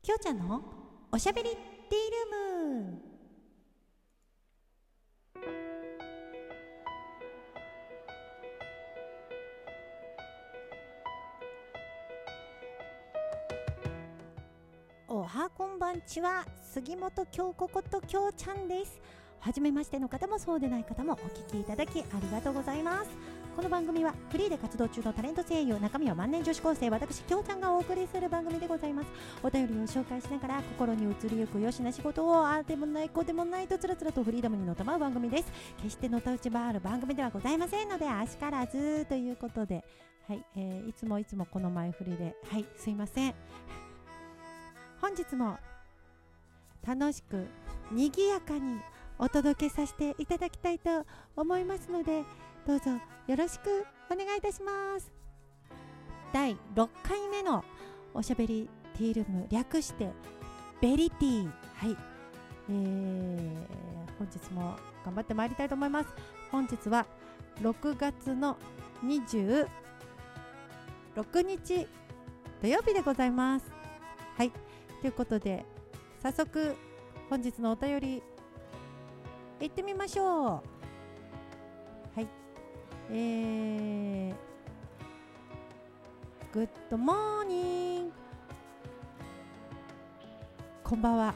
きょうちゃんのおしゃべりティールーム。おはこんばんちは、杉本京子こときょうちゃんです。はじめましての方もそうでない方もお聞きいただきありがとうございます。この番組はフリーで活動中のタレント声優、中身は万年女子高生、私きょうちゃんがお送りする番組でございます。お便りを紹介しながら心に移りゆくよしな仕事をあでもないこうでもないとつらつらとフリーダムにのたまう番組です。決してのたうちばある番組ではございませんのであしからずということで、はい、いつもこの前振りで、はい、すいません。本日も楽しくにぎやかにお届けさせていただきたいと思いますので、どうぞよろしくお願いいたします。第6回目のおしゃべりティールーム、略してベリティー、はい、本日も頑張ってまいりたいと思います。本日は6月の26日土曜日でございます。はい、ということで早速本日のお便り行ってみましょう。はい、グッドモーニング、こんばんは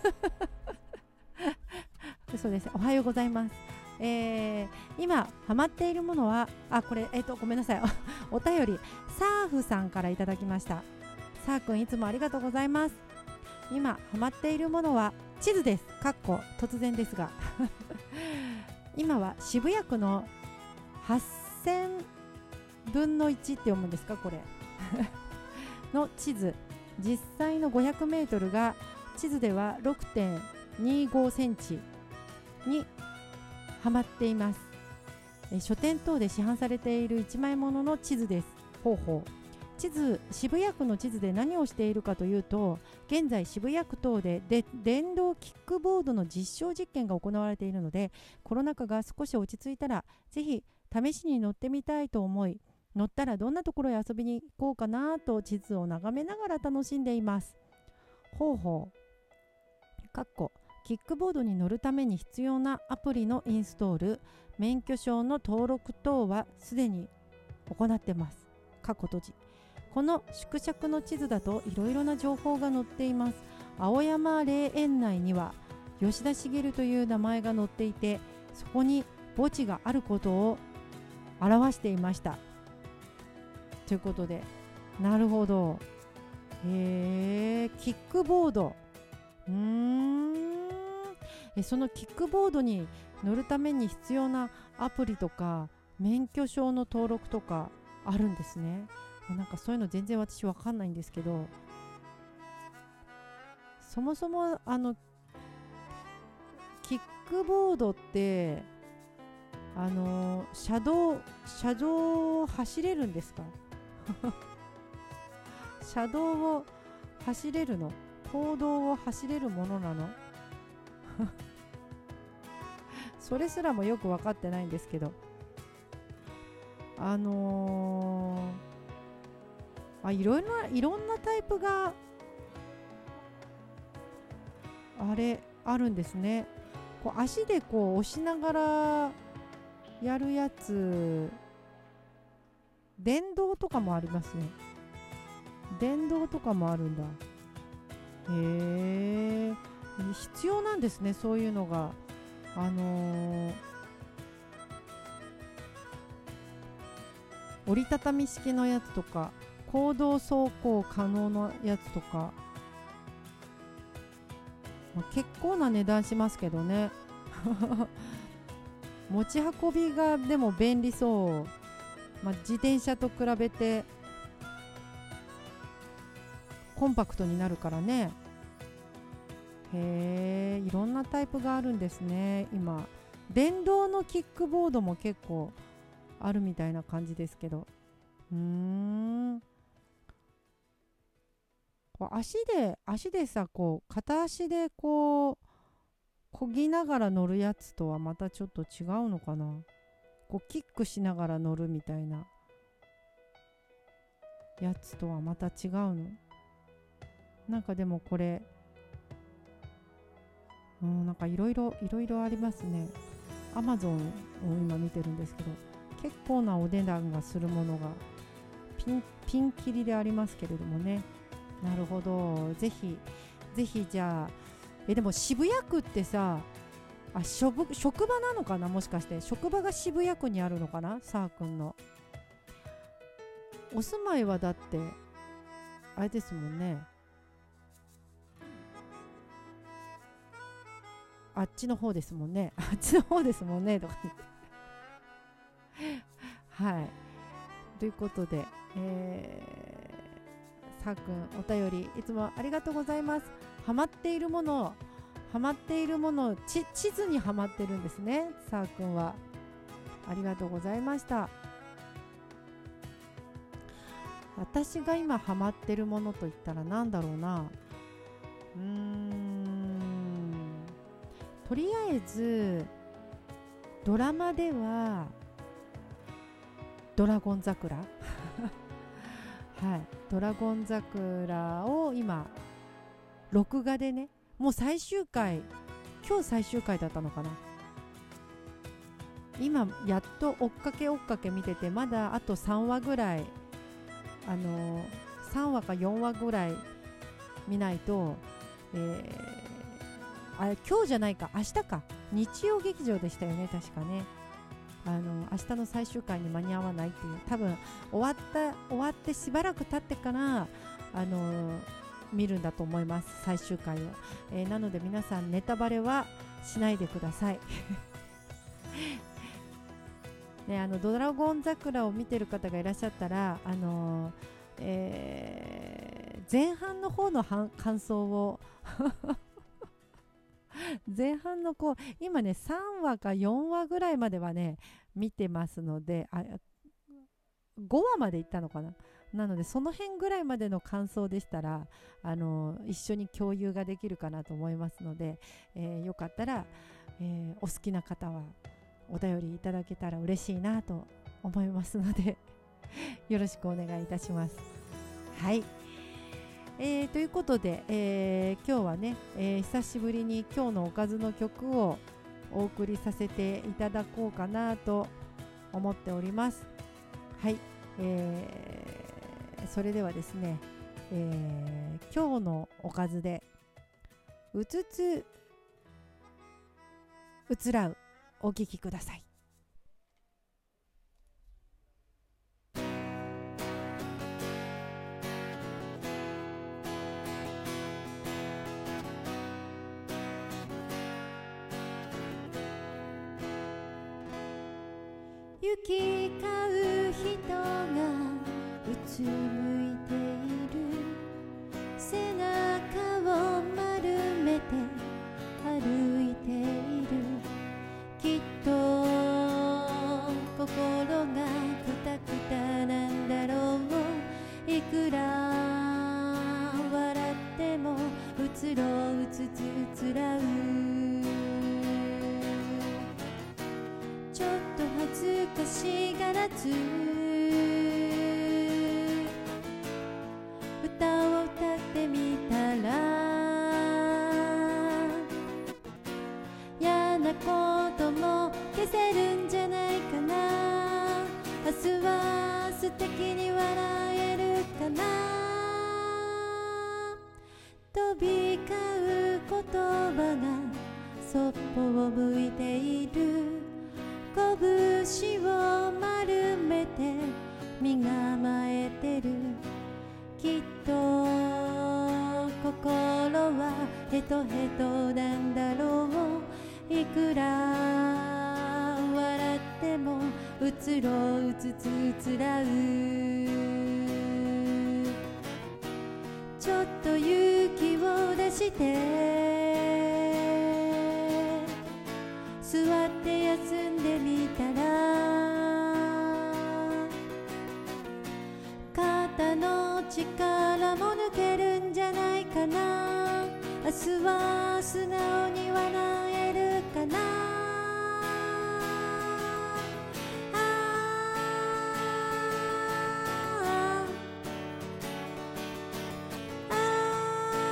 そうです、おはようございます。今ハマっているものはこれごめんなさいお便りサーフさんからいただきました。サーくん、いつもありがとうございます。今ハマっているものは地図です。かっこ突然ですが今は渋谷区の8000分の1って読むんですかこれの地図、実際の500メートルが地図では 6.25 センチにはまっています。書店等で市販されている1枚ものの地図です。ほうほう。渋谷区の地図で何をしているかというと、現在渋谷区等で電動キックボードの実証実験が行われているので、コロナ禍が少し落ち着いたらぜひ試しに乗ってみたいと思い、乗ったらどんなところへ遊びに行こうかなと地図を眺めながら楽しんでいます。ほうほう。かっこキックボードに乗るために必要なアプリのインストール、免許証の登録等はすでに行ってます。かっこ閉じ。この縮尺の地図だといろいろな情報が載っています。青山霊園内には吉田茂という名前が載っていて、そこに墓地があることを表していました。ということで、なるほど。キックボード。そのキックボードに乗るために必要なアプリとか免許証の登録とかあるんですね。なんかそういうの全然私わかんないんですけど、そもそもキックボードって車道を走れるんですか車道を走れるの？公道を走れるものなのそれすらもよく分かってないんですけど、いろんなタイプがあるんですね。こう足でこう押しながらやるやつ、電動とかもありますね。電動とかもあるんだ。へえ、必要なんですね、そういうのが。折りたたみ式のやつとか、公道走行可能なやつとか、結構な値段しますけどね持ち運びがでも便利そう。自転車と比べてコンパクトになるからね。へえ、いろんなタイプがあるんですね。今電動のキックボードも結構あるみたいな感じですけど、こう足でさ、こう片足でこう漕ぎながら乗るやつとはまたちょっと違うのかな。こうキックしながら乗るみたいなやつとはまた違うの。 なんかでもこれ、なんかいろいろありますね。アマゾンを今見てるんですけど、結構なお値段がするものがピンキリでありますけれどもね。なるほど。ぜひじゃあ、でも渋谷区ってさ、職場なのかな、もしかして職場が渋谷区にあるのかな、さーくんのお住まいは。だってあれですもんね、あっちの方ですもんねあっちの方ですもんねとか言ってはい、ということで、さーくんお便りいつもありがとうございます。ハマっているもの地図にハマってるんですね、さーくんは。ありがとうございました。私が今ハマってるものといったら何だろうな。とりあえずドラマではドラゴン桜はい、ドラゴン桜を今録画でね、もう最終回、今日最終回だったのかな。今やっと追っかけ見てて、まだあと3話ぐらい、3話か4話ぐらい見ないと、今日じゃないか、明日か、日曜劇場でしたよね、確かね。明日の最終回に間に合わないっていう、多分終わってしばらく経ってから見るんだと思います、最終回を。なので皆さんネタバレはしないでくださいね、ドラゴン桜を見てる方がいらっしゃったら、前半の方の感想を前半の今ね3話か4話ぐらいまではね見てますので、5話までいったのかな。なのでその辺ぐらいまでの感想でしたら一緒に共有ができるかなと思いますので、よかったら、お好きな方はお便りいただけたら嬉しいなと思いますのでよろしくお願いいたします。はい、ということで、今日はね、久しぶりに今日のおかずの曲をお送りさせていただこうかなと思っております。はい、それではですね、今日のおかずでうつつうつらうお聞きください。行き交う人がうつむいている、背中を丸めて歩いている。きっと心がくたくたなんだろう。いくら笑ってもうつろうつつつらう。ちょっと恥ずかしがらず歌を歌ってみたら、嫌なことも消せるんじゃないかな。明日は素敵に笑えるかな。飛び交う言葉がそっぽを向いている。拳を丸めて身構えてる。きっと心はヘトヘトなんだろう。いくら笑ってもうつろうつつつらう。ちょっと勇気を出して座って休んでみたら、肩の力も抜けるんじゃないかな。明日は素直に笑えるかな。あ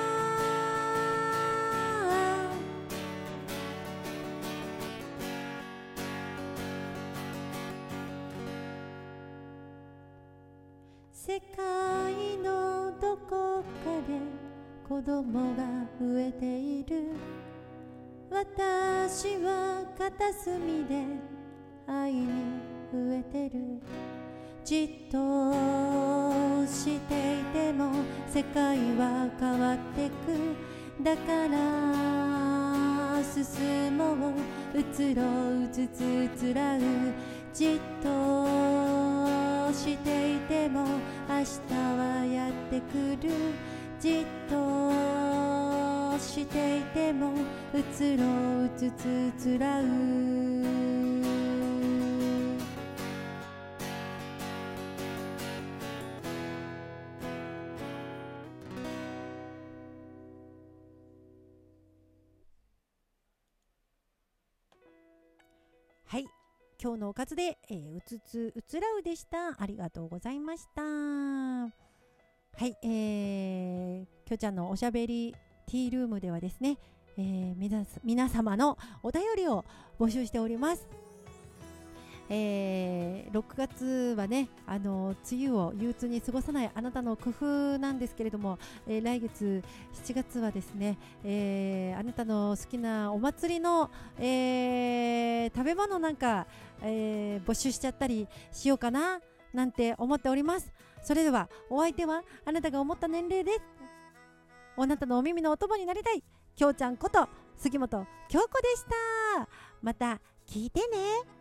世界のどこかで子供が増えている。私は片隅で愛に飢えてる。じっとしていても世界は変わってく。だから進もう、移ろうつつつらう。じっとしていても明日はやってくる。じっとしていても移ろうつつつらう。はい、今日のおかずで、うつつうつらうでした。ありがとうございました。はい、きょちゃんのおしゃべりティールームではですね、皆様のお便りを募集しております。6月はね、梅雨を憂鬱に過ごさないあなたの工夫なんですけれども、来月7月はですね、あなたの好きなお祭りの、食べ物なんか、募集しちゃったりしようかななんて思っております。それではお相手はあなたが思った年齢です。あなたのお耳のお供になりたいきょうちゃんこと杉本京子でした。また聞いてね。